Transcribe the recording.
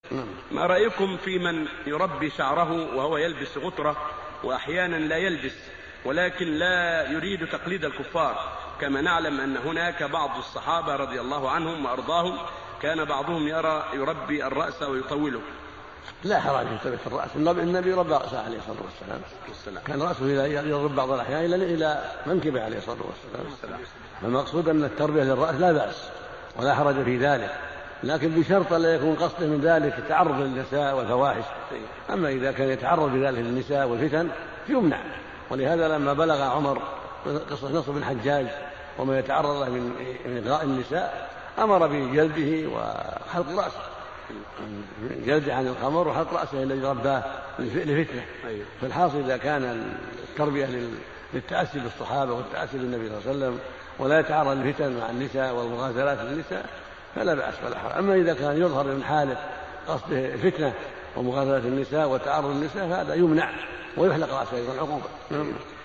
ما رأيكم في من يربي شعره وهو يلبس غطرة وأحيانا لا يلبس، ولكن لا يريد تقليد الكفار، كما نعلم أن هناك بعض الصحابة رضي الله عنهم وأرضاهم كان بعضهم يرى يربي الرأس ويطوله؟ لا حرج في الرأس، النبي ربى رأسه عليه الصلاة والسلام، كان رأسه يضرب بعض الأحيان إلى منكبه عليه الصلاة والسلام. المقصود أن التربية للرأس لا بأس ولا حرج في ذلك، لكن بشرط لا يكون قصده من ذلك تعرض للنساء والفواحش. أما إذا كان يتعرض بذلك للنساء والفتن يمنع. ولهذا لما بلغ عمر قصة نصر بن الحجاج وما يتعرض له من إغراء النساء أمر بجلده وحلق رأسه، جلده عن الخمر وحلق رأسه الذي رباه لفتنة. فالحاصل إذا كان التربية للتأسي بالصحابة والتأسي بالنبي صلى الله عليه وسلم ولا يتعرض للفتن مع النساء والمغازلات للنساء فلا بأس ولا حرج. أما إذا كان يظهر من حاله قصده فتنة ومغازلة النساء وتعرض النساء فهذا يمنع ويحلق رأسه أيضا عقوبة.